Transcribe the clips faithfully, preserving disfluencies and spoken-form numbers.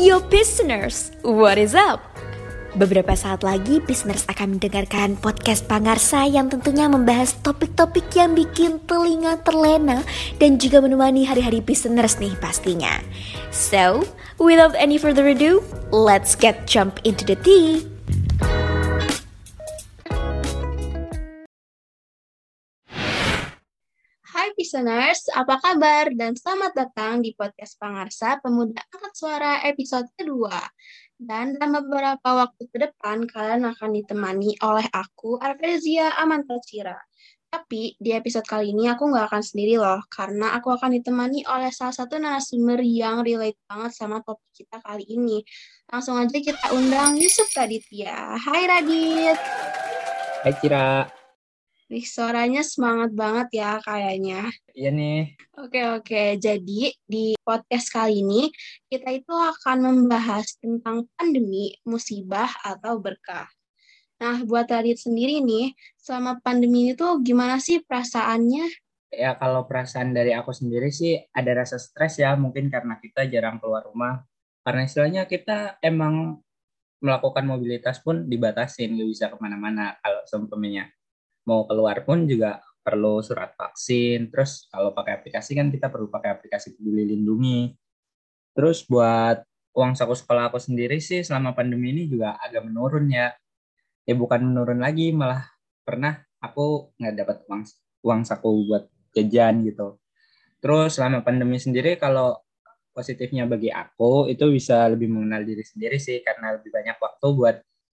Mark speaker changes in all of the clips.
Speaker 1: Yo listeners, what is up? Beberapa saat lagi listeners akan mendengarkan podcast Pangarsa yang tentunya membahas topik-topik yang bikin telinga terlena dan juga menemani hari-hari listeners nih pastinya. So, without any further ado, let's get jump into the tea.
Speaker 2: Hai listeners, apa kabar? Dan selamat datang di podcast Pangarsa Pemuda Angkat Suara episode kedua. Dan dalam beberapa waktu ke depan, kalian akan ditemani oleh aku, Arvezia Amantacira. Tapi di episode kali ini aku nggak akan sendiri loh, karena aku akan ditemani oleh salah satu narasumber yang relate banget sama topik kita kali ini. Langsung aja kita undang Yusuf Raditya. Hai Radit.
Speaker 3: Hai Cira.
Speaker 2: Wih, suaranya semangat banget ya kayaknya.
Speaker 3: Iya nih.
Speaker 2: Oke, oke. Jadi di podcast kali ini kita itu akan membahas tentang pandemi, musibah, atau berkah. Nah, buat Radit sendiri nih, selama pandemi ini tuh gimana sih perasaannya?
Speaker 3: Ya kalau perasaan dari aku sendiri sih ada rasa stres ya, mungkin karena kita jarang keluar rumah. Karena istilahnya kita emang melakukan mobilitas pun dibatasin, nggak bisa kemana-mana kalau seumpamanya. Mau keluar pun juga perlu surat vaksin. Terus kalau pakai aplikasi kan kita perlu pakai aplikasi Peduli Lindungi. Terus buat uang saku sekolah aku sendiri sih selama pandemi ini juga agak menurun ya. Ya bukan menurun lagi, malah pernah aku nggak dapat uang uang saku buat jajan gitu. Terus selama pandemi sendiri kalau positifnya bagi aku itu bisa lebih mengenal diri sendiri sih, karena lebih banyak waktu buat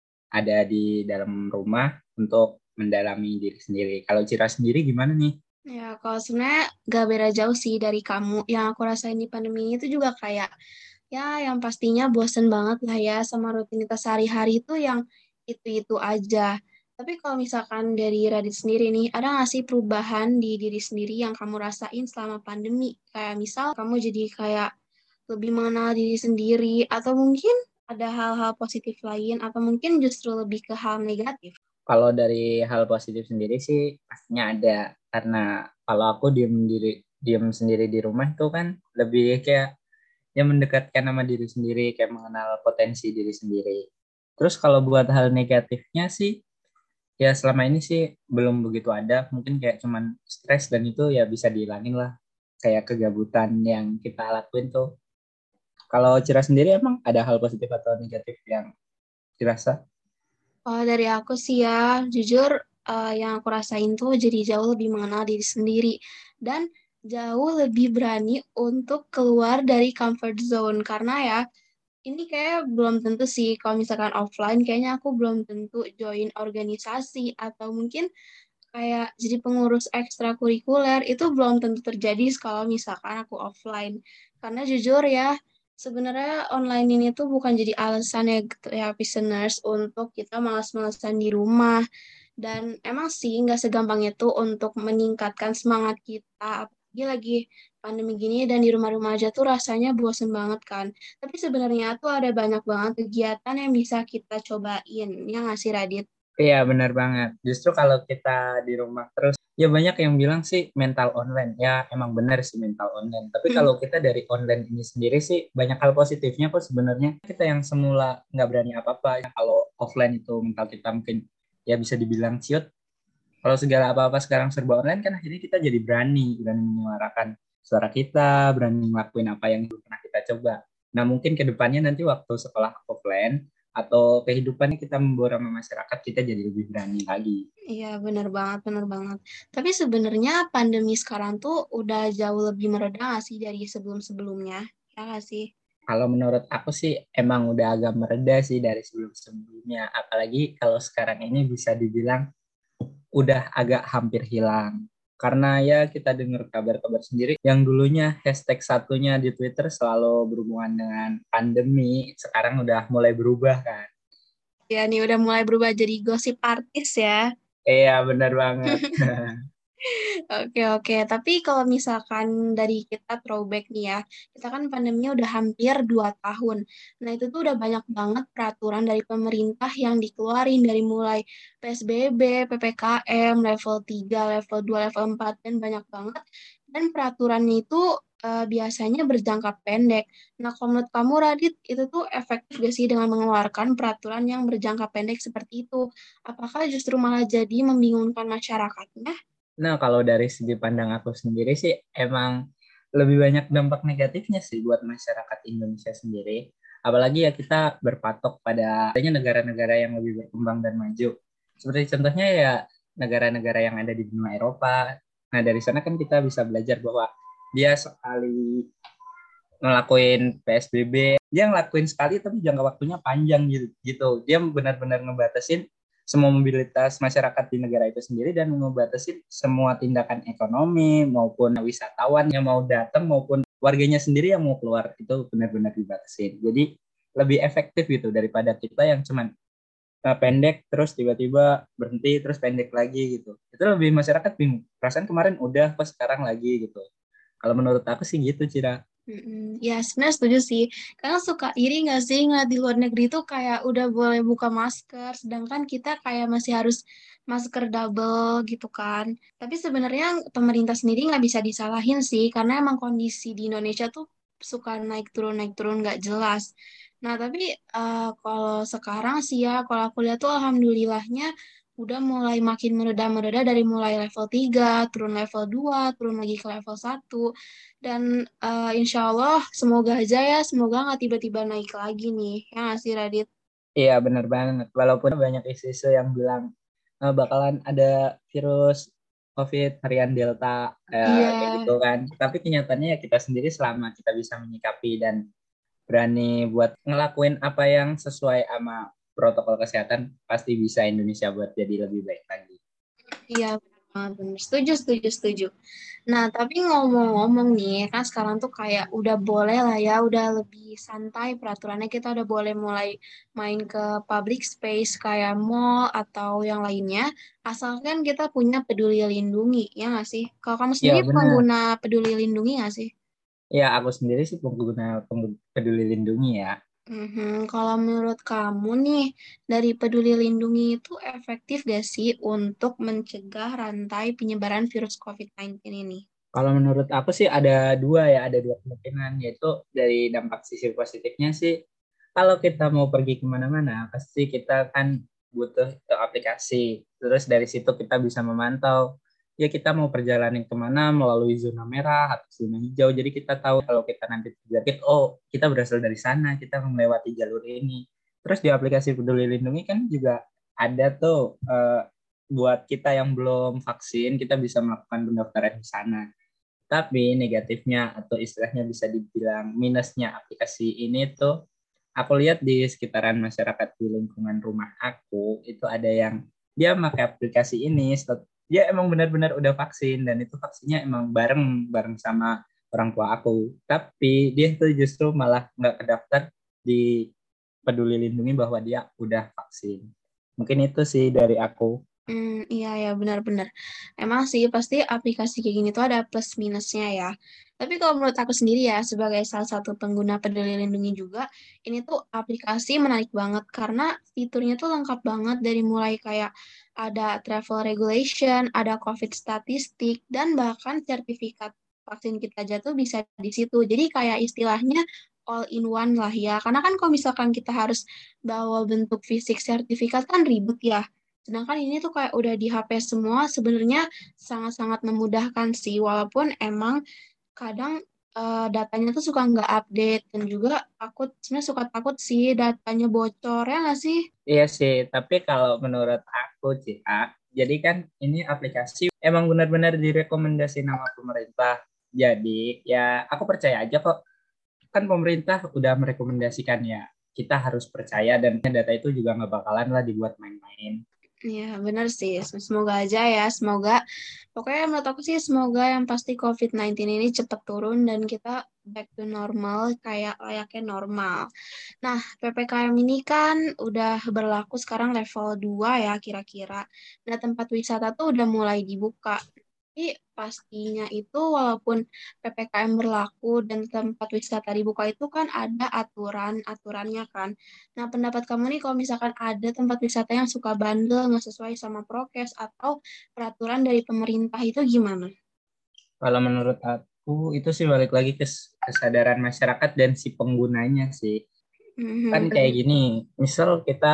Speaker 3: ada di dalam rumah untuk mendalami diri sendiri. Kalau Cira sendiri gimana nih?
Speaker 2: Ya, kalau sebenarnya gak beda jauh sih dari kamu. Yang aku rasain di pandemi ini itu juga kayak, ya yang pastinya bosen banget lah ya sama rutinitas sehari-hari itu yang itu-itu aja. Tapi kalau misalkan dari Radit sendiri nih, ada gak sih perubahan di diri sendiri yang kamu rasain selama pandemi? Kayak misal kamu jadi kayak lebih mengenal diri sendiri, atau mungkin ada hal-hal positif lain, atau mungkin justru lebih ke hal negatif?
Speaker 3: Kalau dari hal positif sendiri sih pastinya ada, karena kalau aku diem diri diem sendiri di rumah itu kan lebih kayak ya mendekatkan sama diri sendiri, kayak mengenal potensi diri sendiri. Terus kalau buat hal negatifnya sih ya selama ini sih belum begitu ada, mungkin kayak cuman stres dan itu ya bisa dihilangin lah, kayak kegabutan yang kita lakuin tuh. Kalau Cira sendiri emang ada hal positif atau negatif yang dirasa?
Speaker 2: Oh, dari aku sih ya, jujur uh, yang aku rasain tuh jadi jauh lebih mengenal diri sendiri dan jauh lebih berani untuk keluar dari comfort zone. Karena ya, ini kayak belum tentu sih kalau misalkan offline, kayaknya aku belum tentu join organisasi atau mungkin kayak jadi pengurus ekstrakurikuler, itu belum tentu terjadi kalau misalkan aku offline. Karena jujur ya, sebenarnya online ini tuh bukan jadi alasan ya, gitu ya listeners, untuk kita malas-malasan di rumah. Dan emang sih nggak segampang itu untuk meningkatkan semangat kita. Apalagi lagi pandemi gini dan di rumah-rumah aja tuh rasanya bosen banget kan. Tapi sebenarnya tuh ada banyak banget kegiatan yang bisa kita cobain. Ya nggak sih Radit?
Speaker 3: Iya benar banget. Justru kalau kita di rumah terus, ya banyak yang bilang sih mental online. Ya emang benar sih mental online. Tapi kalau kita dari online ini sendiri sih banyak hal positifnya kok sebenarnya. Kita yang semula nggak berani apa-apa, kalau offline itu mental kita mungkin ya bisa dibilang ciut. Kalau segala apa-apa sekarang serba online kan akhirnya kita jadi berani, berani menyuarakan suara kita, berani ngelakuin apa yang belum pernah kita coba. Nah mungkin ke depannya nanti waktu sekolah offline atau kehidupannya kita membawa sama masyarakat, kita jadi lebih berani lagi.
Speaker 2: Iya, benar banget, benar banget. Tapi sebenarnya pandemi sekarang tuh udah jauh lebih mereda nggak sih dari sebelum-sebelumnya? Ya nggak sih?
Speaker 3: Kalau menurut aku sih emang udah agak mereda sih dari sebelum-sebelumnya. Apalagi kalau sekarang ini bisa dibilang udah agak hampir hilang. Karena ya kita dengar kabar-kabar sendiri yang dulunya hashtag satunya di Twitter selalu berhubungan dengan pandemi, sekarang udah mulai berubah kan.
Speaker 2: Ya, nih udah mulai berubah jadi gosip artis ya.
Speaker 3: Iya, benar banget.
Speaker 2: Oke, oke. Tapi kalau misalkan dari kita throwback nih ya, kita kan pandeminya udah hampir dua tahun. Nah, itu tuh udah banyak banget peraturan dari pemerintah yang dikeluarin dari mulai P S B B, P P K M, level tiga, level dua, level empat, dan banyak banget. Dan peraturannya itu uh, biasanya berjangka pendek. Nah, kalau menurut kamu, Radit, itu tuh efektif gak sih dengan mengeluarkan peraturan yang berjangka pendek seperti itu? Apakah justru malah jadi membingungkan masyarakatnya?
Speaker 3: Nah, kalau dari segi pandang aku sendiri sih emang lebih banyak dampak negatifnya sih buat masyarakat Indonesia sendiri. Apalagi ya kita berpatok pada adanya negara-negara yang lebih berkembang dan maju. Seperti contohnya ya negara-negara yang ada di benua Eropa. Nah, dari sana kan kita bisa belajar bahwa dia sekali ngelakuin P S B B, dia ngelakuin sekali tapi jangka waktunya panjang gitu. gitu. Dia benar-benar ngebatasin semua mobilitas masyarakat di negara itu sendiri dan ngebatasin semua tindakan ekonomi maupun wisatawan yang mau datang maupun warganya sendiri yang mau keluar itu benar-benar dibatasin. Jadi lebih efektif gitu daripada kita yang cuman uh, pendek terus tiba-tiba berhenti terus pendek lagi gitu. Itu lebih masyarakat bingung. Perasaan kemarin udah kok sekarang lagi gitu. Kalau menurut aku sih gitu, Cira.
Speaker 2: Mm-mm. Ya, sebenarnya setuju sih. Karena suka iri nggak sih ngeliat di luar negeri tuh kayak udah boleh buka masker, sedangkan kita kayak masih harus masker double gitu kan. Tapi sebenarnya pemerintah sendiri nggak bisa disalahin sih, karena emang kondisi di Indonesia tuh suka naik turun naik turun nggak jelas. Nah, tapi eh, kalau sekarang sih ya, kalau aku lihat tuh alhamdulillahnya udah mulai makin mereda-mereda dari mulai level tiga turun level dua turun lagi ke level satu. Dan eh, insya Allah semoga aja ya, semoga nggak tiba-tiba naik lagi nih. Ya nggak sih, Radit?
Speaker 3: Iya benar banget. Walaupun banyak isu-isu yang bilang eh, bakalan ada virus COVID varian Delta eh,
Speaker 2: Iya,
Speaker 3: kayak gitu kan. Tapi kenyataannya ya kita sendiri selama kita bisa menyikapi dan berani buat ngelakuin apa yang sesuai sama protokol kesehatan, pasti bisa Indonesia buat jadi lebih baik lagi.
Speaker 2: iya benar, benar. Setuju, setuju, setuju. Nah, tapi ngomong-ngomong nih, kan sekarang tuh kayak udah boleh lah ya, udah lebih santai peraturannya. Kita udah boleh mulai main ke public space kayak mall atau yang lainnya. Asalkan kita punya peduli lindungi, ya nggak sih? Kalau kamu
Speaker 3: Iya
Speaker 2: sendiri
Speaker 3: benar.
Speaker 2: pengguna peduli lindungi nggak sih?
Speaker 3: Ya aku sendiri sih pengguna, pengguna peduli lindungi ya.
Speaker 2: Mhm. Kalau menurut kamu nih, dari Peduli Lindungi itu efektif gak sih untuk mencegah rantai penyebaran virus covid sembilan belas ini?
Speaker 3: Kalau menurut aku sih ada dua ya, ada dua kemungkinan, yaitu dari dampak sisi positifnya sih, kalau kita mau pergi kemana-mana, pasti kita kan butuh itu aplikasi. Terus dari situ kita bisa memantau, ya kita mau perjalanan kemana melalui zona merah atau zona hijau. Jadi kita tahu kalau kita nanti terjangkit, oh kita berasal dari sana, kita melewati jalur ini. Terus di aplikasi Peduli Lindungi kan juga ada tuh eh, buat kita yang belum vaksin, kita bisa melakukan pendaftaran di sana. Tapi negatifnya atau istilahnya bisa dibilang minusnya aplikasi ini tuh aku lihat di sekitaran masyarakat di lingkungan rumah aku itu ada yang dia pakai aplikasi ini dia emang benar-benar udah vaksin dan itu vaksinnya emang bareng bareng sama orang tua aku. Tapi dia tuh justru malah nggak kedaftar di Peduli Lindungi bahwa dia udah vaksin. Mungkin itu sih dari aku.
Speaker 2: Hmm, iya ya benar-benar. Emang sih pasti aplikasi kayak gini tuh ada plus minusnya ya. Tapi kalau menurut aku sendiri ya sebagai salah satu pengguna Peduli Lindungi juga, ini tuh aplikasi menarik banget karena fiturnya tuh lengkap banget dari mulai kayak ada travel regulation, ada COVID statistik, dan bahkan sertifikat vaksin kita aja tuh bisa di situ. Jadi kayak istilahnya all in one lah ya. Karena kan kalau misalkan kita harus bawa bentuk fisik sertifikat kan ribet ya. Sedangkan ini tuh kayak udah di H P semua, sebenarnya sangat-sangat memudahkan sih, walaupun emang kadang eh, datanya tuh suka nggak update, dan juga takut, sebenarnya suka takut sih datanya bocor, ya nggak sih?
Speaker 3: Iya sih, tapi kalau menurut aku sih, A, jadi kan ini aplikasi emang benar-benar direkomendasi nama pemerintah. Jadi ya aku percaya aja kok, kan pemerintah udah merekomendasikan ya, kita harus percaya dan data itu juga nggak bakalan lah dibuat main-main.
Speaker 2: Iya, benar sih. Semoga aja ya, semoga. Pokoknya menurut aku sih, semoga yang pasti covid sembilan belas ini cepat turun dan kita back to normal, kayak layaknya normal. Nah, P P K M ini kan udah berlaku sekarang level dua ya kira-kira. Nah, tempat wisata tuh udah mulai dibuka. Tapi pastinya itu walaupun P P K M berlaku dan tempat wisata dibuka itu kan ada aturan-aturannya kan. Nah, pendapat kamu nih kalau misalkan ada tempat wisata yang suka bandel, nggak sesuai sama prokes atau peraturan dari pemerintah itu gimana?
Speaker 3: Kalau menurut Uh, itu sih balik lagi ke kesadaran masyarakat dan si penggunanya sih. Kan
Speaker 2: Mhm,
Speaker 3: kayak
Speaker 2: bener.
Speaker 3: gini, misal kita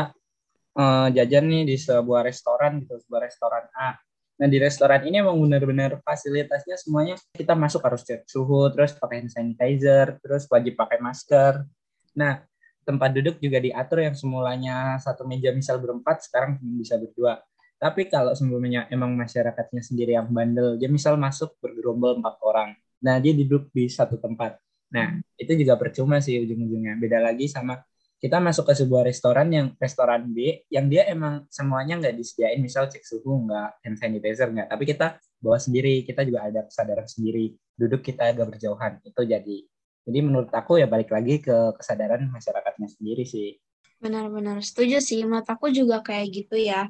Speaker 3: eh, jajan nih di sebuah restoran gitu, sebuah restoran A. Nah di restoran ini emang benar-benar fasilitasnya semuanya kita masuk harus cek suhu, terus pakai hand sanitizer, terus wajib pakai masker. Nah tempat duduk juga diatur yang semulanya satu meja misal berempat, sekarang cuma bisa berdua. Tapi kalau sebelumnya emang masyarakatnya sendiri yang bandel, dia misal masuk bergerombol empat orang. Nah dia duduk di satu tempat. Nah itu juga percuma sih ujung-ujungnya. Beda lagi sama kita masuk ke sebuah restoran yang restoran B yang dia emang semuanya nggak disediain, misal cek suhu nggak, hand sanitizer nggak, tapi kita bawa sendiri, kita juga ada kesadaran sendiri, duduk kita agak berjauhan, itu jadi jadi menurut aku ya balik lagi ke kesadaran masyarakatnya sendiri sih.
Speaker 2: Benar-benar setuju sih. Menurut aku juga kayak gitu ya.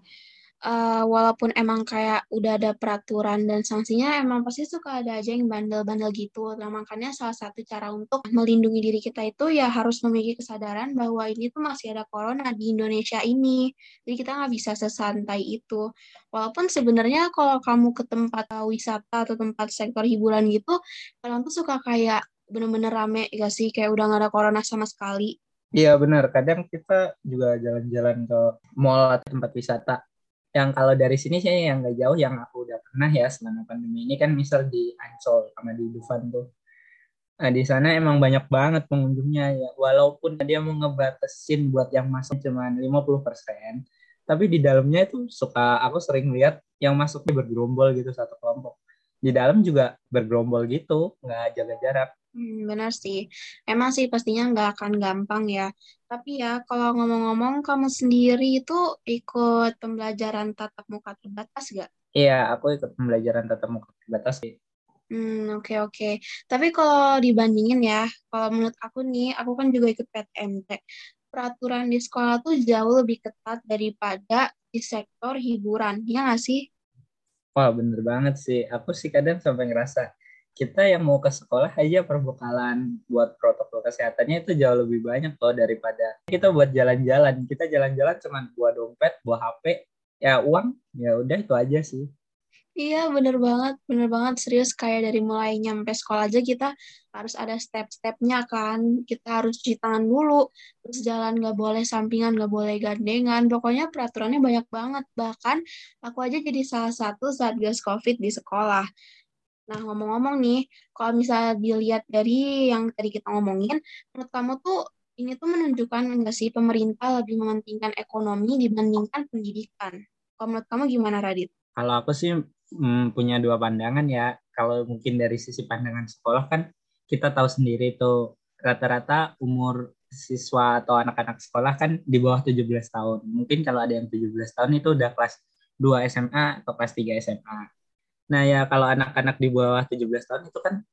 Speaker 2: Eh, walaupun emang kayak udah ada peraturan dan sanksinya, emang pasti suka ada aja yang bandel-bandel gitu. Nah, makanya salah satu cara untuk melindungi diri kita itu ya harus memiliki kesadaran bahwa ini tuh masih ada corona di Indonesia ini. Jadi kita nggak bisa sesantai itu. Walaupun sebenarnya kalau kamu ke tempat uh, wisata atau tempat sektor hiburan gitu, kalian tuh suka kayak bener-bener rame gak sih? Kayak udah nggak ada corona sama sekali.
Speaker 3: Iya benar, kadang kita juga jalan-jalan ke mall atau tempat wisata yang kalau dari sini sih yang nggak jauh, yang aku udah pernah ya selama pandemi ini kan, misal di Ancol sama di Dufan tuh. Nah, di sana emang banyak banget pengunjungnya ya. Walaupun dia mau ngebatasin buat yang masuk cuma lima puluh persen, tapi di dalamnya itu suka aku sering lihat yang masuknya bergerombol gitu satu kelompok. Di dalam juga bergerombol gitu, nggak jaga jarak.
Speaker 2: Hmm, benar sih. Emang sih pastinya nggak akan gampang ya. Tapi ya kalau ngomong-ngomong kamu sendiri itu ikut pembelajaran tatap muka terbatas nggak?
Speaker 3: Iya, aku ikut pembelajaran tatap muka terbatas sih.
Speaker 2: Hmm, oke oke. Tapi kalau dibandingin ya, kalau menurut aku nih, aku kan juga ikut P T M T. Peraturan di sekolah tuh jauh lebih ketat daripada di sektor hiburan. Ya nggak sih?
Speaker 3: Wah, bener banget sih. Aku sih kadang sampai ngerasa kita yang mau ke sekolah aja perbekalan buat protokol kesehatannya itu jauh lebih banyak loh daripada kita buat jalan-jalan. Kita jalan-jalan cuma bawa dompet, bawa H P, ya uang, ya udah itu aja sih.
Speaker 2: Iya, bener banget, bener banget. Serius, kayak dari mulai nyampe sekolah aja kita harus ada step-stepnya kan. Kita harus cuci tangan dulu, terus jalan nggak boleh sampingan, nggak boleh gandengan. Pokoknya peraturannya banyak banget. Bahkan aku aja jadi salah satu Satgas COVID di sekolah. Nah, ngomong-ngomong nih, kalau misalnya dilihat dari yang tadi kita ngomongin, menurut kamu tuh ini tuh menunjukkan nggak sih pemerintah lebih mementingkan ekonomi dibandingkan pendidikan? Kalau menurut kamu gimana, Radit?
Speaker 3: Kalau aku sih mm, punya dua pandangan ya. Kalau mungkin dari sisi pandangan sekolah kan kita tahu sendiri tuh rata-rata umur siswa atau anak-anak sekolah kan di bawah tujuh belas tahun. Mungkin kalau ada yang tujuh belas tahun itu udah kelas dua S M A atau kelas tiga S M A. Nah ya kalau anak-anak di bawah tujuh belas tahun itu kan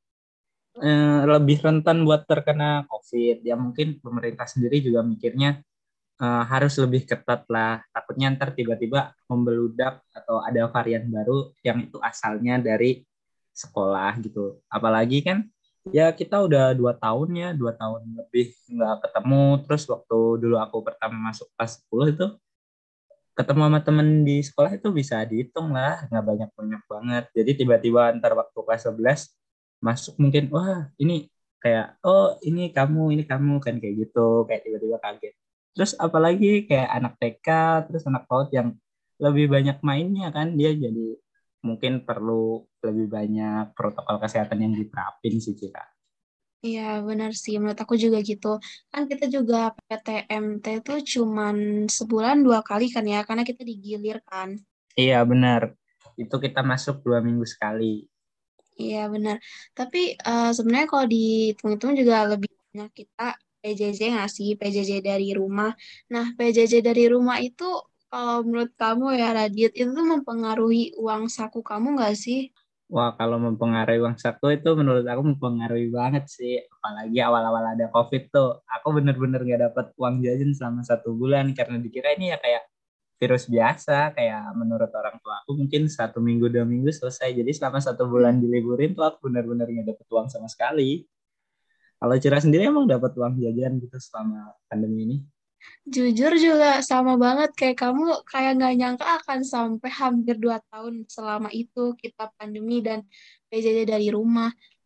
Speaker 3: eh, lebih rentan buat terkena COVID. Ya mungkin pemerintah sendiri juga mikirnya eh, harus lebih ketat lah. Takutnya ntar tiba-tiba membeludak atau ada varian baru yang itu asalnya dari sekolah gitu. Apalagi kan ya kita udah dua tahun ya, dua tahun lebih nggak ketemu. Terus waktu dulu aku pertama masuk kelas sepuluh itu ketemu sama temen di sekolah itu bisa dihitung lah, nggak banyak-banyak banget. Jadi tiba-tiba ntar waktu kelas sebelas masuk mungkin, wah ini kayak, oh ini kamu, ini kamu, kan kayak gitu, kayak tiba-tiba kaget. Terus apalagi kayak anak T K, terus anak PAUD yang lebih banyak mainnya kan, dia jadi mungkin perlu lebih banyak protokol kesehatan yang diterapin sih kita.
Speaker 2: Iya, benar sih. Menurut aku juga gitu. Kan kita juga P T M T itu cuman sebulan dua kali kan ya, karena kita digilir kan.
Speaker 3: Iya benar, itu kita masuk dua minggu sekali.
Speaker 2: Iya, benar. Tapi eh, sebenarnya kalau dihitung-hitung juga lebih banyak kita P J J nggak sih? P J J dari rumah. Nah, P J J dari rumah itu kalau menurut kamu ya, Radit, itu tuh mempengaruhi uang saku kamu nggak sih?
Speaker 3: Wah, kalau mempengaruhi uang saku itu menurut aku mempengaruhi banget sih. Apalagi awal-awal ada COVID tuh. Aku bener-bener gak dapat uang jajan selama satu bulan. Karena dikira ini ya kayak virus biasa. Kayak menurut orang tua aku mungkin satu minggu, dua minggu selesai. Jadi selama satu bulan diliburin tuh aku bener-bener gak dapat uang sama sekali. Kalau Cira sendiri emang dapat uang jajan gitu selama pandemi ini?
Speaker 2: Jujur juga sama banget kayak kamu, kayak nggak nyangka akan sampai hampir dua tahun selama itu kita pandemi dan P J J dari rumah.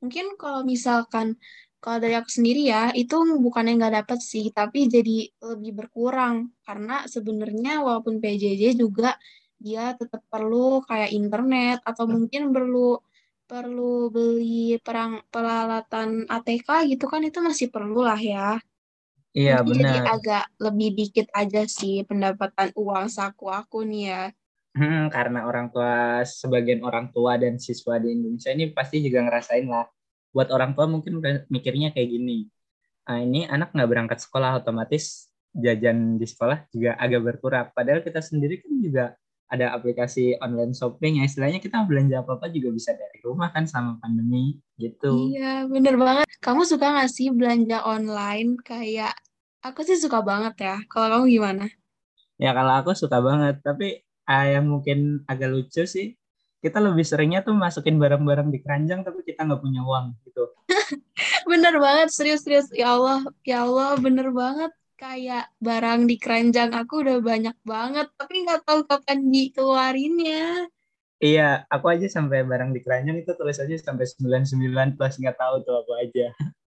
Speaker 2: Mungkin kalau misalkan, kalau dari aku sendiri ya, itu bukannya nggak dapat sih, tapi jadi lebih berkurang. Karena sebenarnya walaupun P J J juga, dia tetap perlu kayak internet, atau mungkin perlu perlu beli perang peralatan A T K gitu kan, itu masih perlu lah ya.
Speaker 3: Iya
Speaker 2: Mungkin jadi
Speaker 3: benar.
Speaker 2: agak lebih dikit aja sih pendapatan uang saku aku nih ya.
Speaker 3: Hmm, karena orang tua, sebagian orang tua dan siswa di Indonesia ini pasti juga ngerasain lah. Buat orang tua mungkin mikirnya kayak gini. Ah, ini anak nggak berangkat sekolah, otomatis jajan di sekolah juga agak berkurang. Padahal kita sendiri kan juga ada aplikasi online shopping ya, istilahnya kita belanja apa-apa juga bisa dari rumah kan sama pandemi gitu.
Speaker 2: Iya, bener banget. Kamu suka nggak sih belanja online? Kayak, aku sih suka banget ya. Kalau kamu gimana?
Speaker 3: Ya kalau aku suka banget, tapi ah, yang mungkin agak lucu sih, kita lebih seringnya tuh masukin barang-barang di keranjang tapi kita nggak punya uang gitu.
Speaker 2: Bener banget, serius-serius. Ya Allah, ya Allah, bener banget. Kayak barang di keranjang aku udah banyak banget, tapi nggak tahu kapan dikeluarinnya.
Speaker 3: Iya, aku aja sampai barang di keranjang itu tulis aja sampai sembilan puluh sembilan plus nggak tahu tuh apa aja.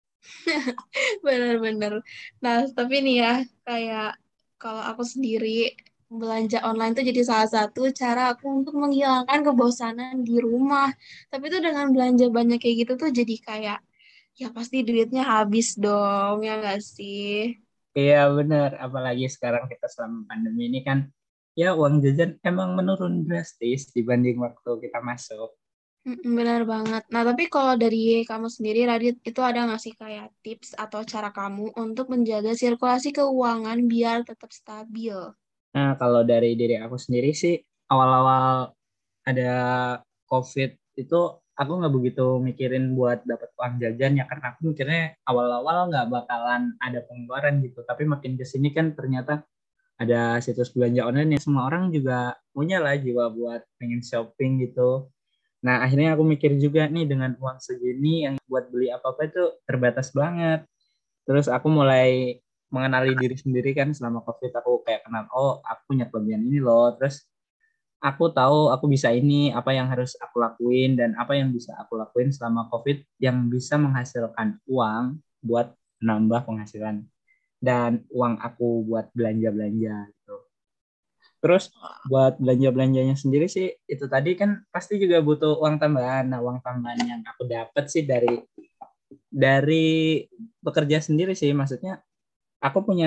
Speaker 2: Bener-bener. Nah, tapi nih ya, kayak kalau aku sendiri, belanja online tuh jadi salah satu cara aku untuk menghilangkan kebosanan di rumah. Tapi tuh dengan belanja banyak kayak gitu tuh jadi kayak, ya pasti duitnya habis dong, ya nggak sih?
Speaker 3: Iya bener, apalagi sekarang kita selama pandemi ini kan, ya uang jajan emang menurun drastis dibanding waktu kita masuk.
Speaker 2: Mm, benar banget. Nah, tapi kalau dari kamu sendiri, Radit, itu ada nggak sih kayak tips atau cara kamu untuk menjaga sirkulasi keuangan biar tetap stabil?
Speaker 3: Nah kalau dari diri aku sendiri sih, awal-awal ada COVID itu aku nggak begitu mikirin buat dapat uang jajan ya, karena aku mikirnya awal-awal nggak bakalan ada pengeluaran gitu. Tapi makin kesini kan ternyata ada situs belanja online yang semua orang juga punya lah jiwa buat pengen shopping gitu. Nah, akhirnya aku mikir juga nih dengan uang segini yang buat beli apa-apa itu terbatas banget. Terus aku mulai mengenali diri sendiri kan selama COVID, aku kayak kenal, oh aku punya kelebihan ini loh. Terus aku tahu aku bisa ini, apa yang harus aku lakuin dan apa yang bisa aku lakuin selama COVID yang bisa menghasilkan uang buat menambah penghasilan dan uang aku buat belanja-belanja gitu. Terus buat belanja-belanjanya sendiri sih itu tadi kan pasti juga butuh uang tambahan. Nah, uang tambahan yang aku dapat sih dari dari bekerja sendiri sih. Maksudnya aku punya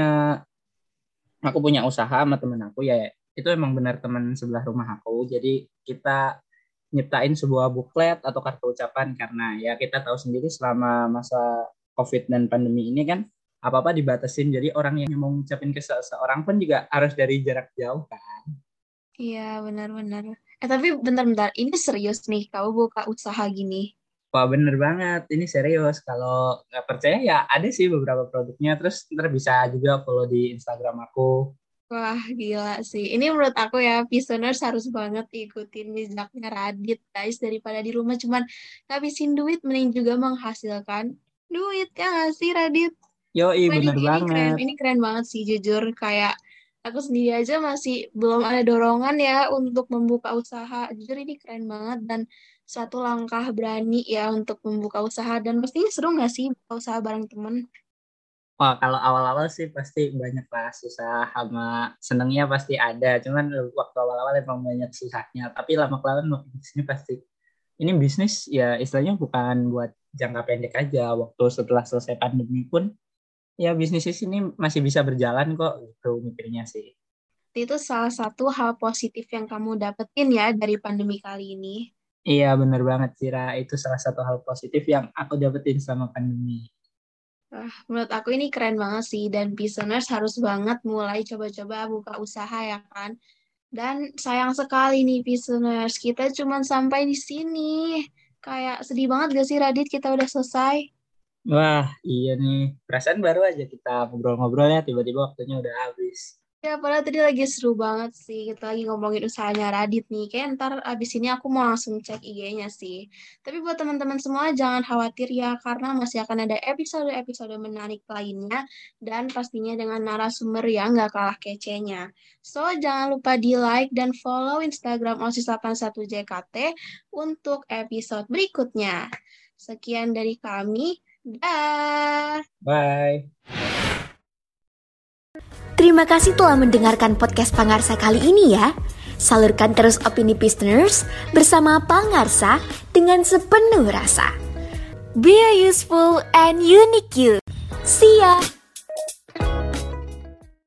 Speaker 3: aku punya usaha sama temen aku ya. Itu emang benar teman sebelah rumah aku. Jadi kita nyiptain sebuah buklet atau kartu ucapan karena ya kita tahu sendiri selama masa COVID dan pandemi ini kan apa-apa dibatasin. Jadi orang yang mau ngucapin ke seseorang pun juga harus dari jarak jauh kan.
Speaker 2: Iya, benar-benar. Eh, tapi bentar-bentar, ini serius nih, kamu buka usaha gini.
Speaker 3: Wah bener banget, ini serius. Kalau nggak percaya ya ada sih beberapa produknya. Terus ntar bisa juga follow di Instagram aku.
Speaker 2: Wah, gila sih. Ini menurut aku ya, Pisoners harus banget ikutin jejaknya Radit, guys. Daripada di rumah cuman ngabisin duit, mending juga menghasilkan duit, ya nggak sih, Radit?
Speaker 3: Yoi
Speaker 2: Wah, ini,
Speaker 3: bener
Speaker 2: ini keren,
Speaker 3: banget.
Speaker 2: ini keren banget sih, jujur. Kayak aku sendiri aja masih belum ada dorongan ya untuk membuka usaha. Jujur ini keren banget dan suatu langkah berani ya untuk membuka usaha. Dan pastinya seru nggak sih buka usaha bareng temen?
Speaker 3: Wah kalau awal-awal sih pasti banyak lah susah sama senengnya pasti ada. Cuman waktu awal-awal emang banyak susahnya. Tapi lama-kelamaan makin kesini pasti ini bisnis ya istilahnya bukan buat jangka pendek aja. Waktu setelah selesai pandemi pun ya bisnis di sini masih bisa berjalan kok gitu mikirnya sih.
Speaker 2: Itu salah satu hal positif yang kamu dapetin ya dari pandemi kali ini.
Speaker 3: Iya bener banget Cira, itu salah satu hal positif yang aku dapetin selama pandemi.
Speaker 2: Wah, menurut aku ini keren banget sih dan Pisoners harus banget mulai coba-coba buka usaha ya kan. Dan sayang sekali nih Pisoners, kita cuma sampai di sini. Kayak sedih banget gak sih Radit kita udah selesai?
Speaker 3: Wah, iya nih. Perasaan baru aja kita ngobrol-ngobrol ya, tiba-tiba waktunya udah habis.
Speaker 2: Ya, padahal tadi lagi seru banget sih. Kita lagi ngomongin usahanya Radit nih. Kayak ntar abis ini aku mau langsung cek I G-nya sih. Tapi buat teman-teman semua jangan khawatir ya, karena masih akan ada episode-episode menarik lainnya. Dan pastinya dengan narasumber yang gak kalah kecenya. So, jangan lupa di like dan follow Instagram O S I S delapan puluh satu J K T untuk episode berikutnya. Sekian dari kami. Dah.
Speaker 3: Bye.
Speaker 1: Terima kasih telah mendengarkan podcast Pangarsa kali ini ya. Salurkan terus opini listeners bersama Pangarsa dengan sepenuh rasa. Be a useful and unique you. See ya!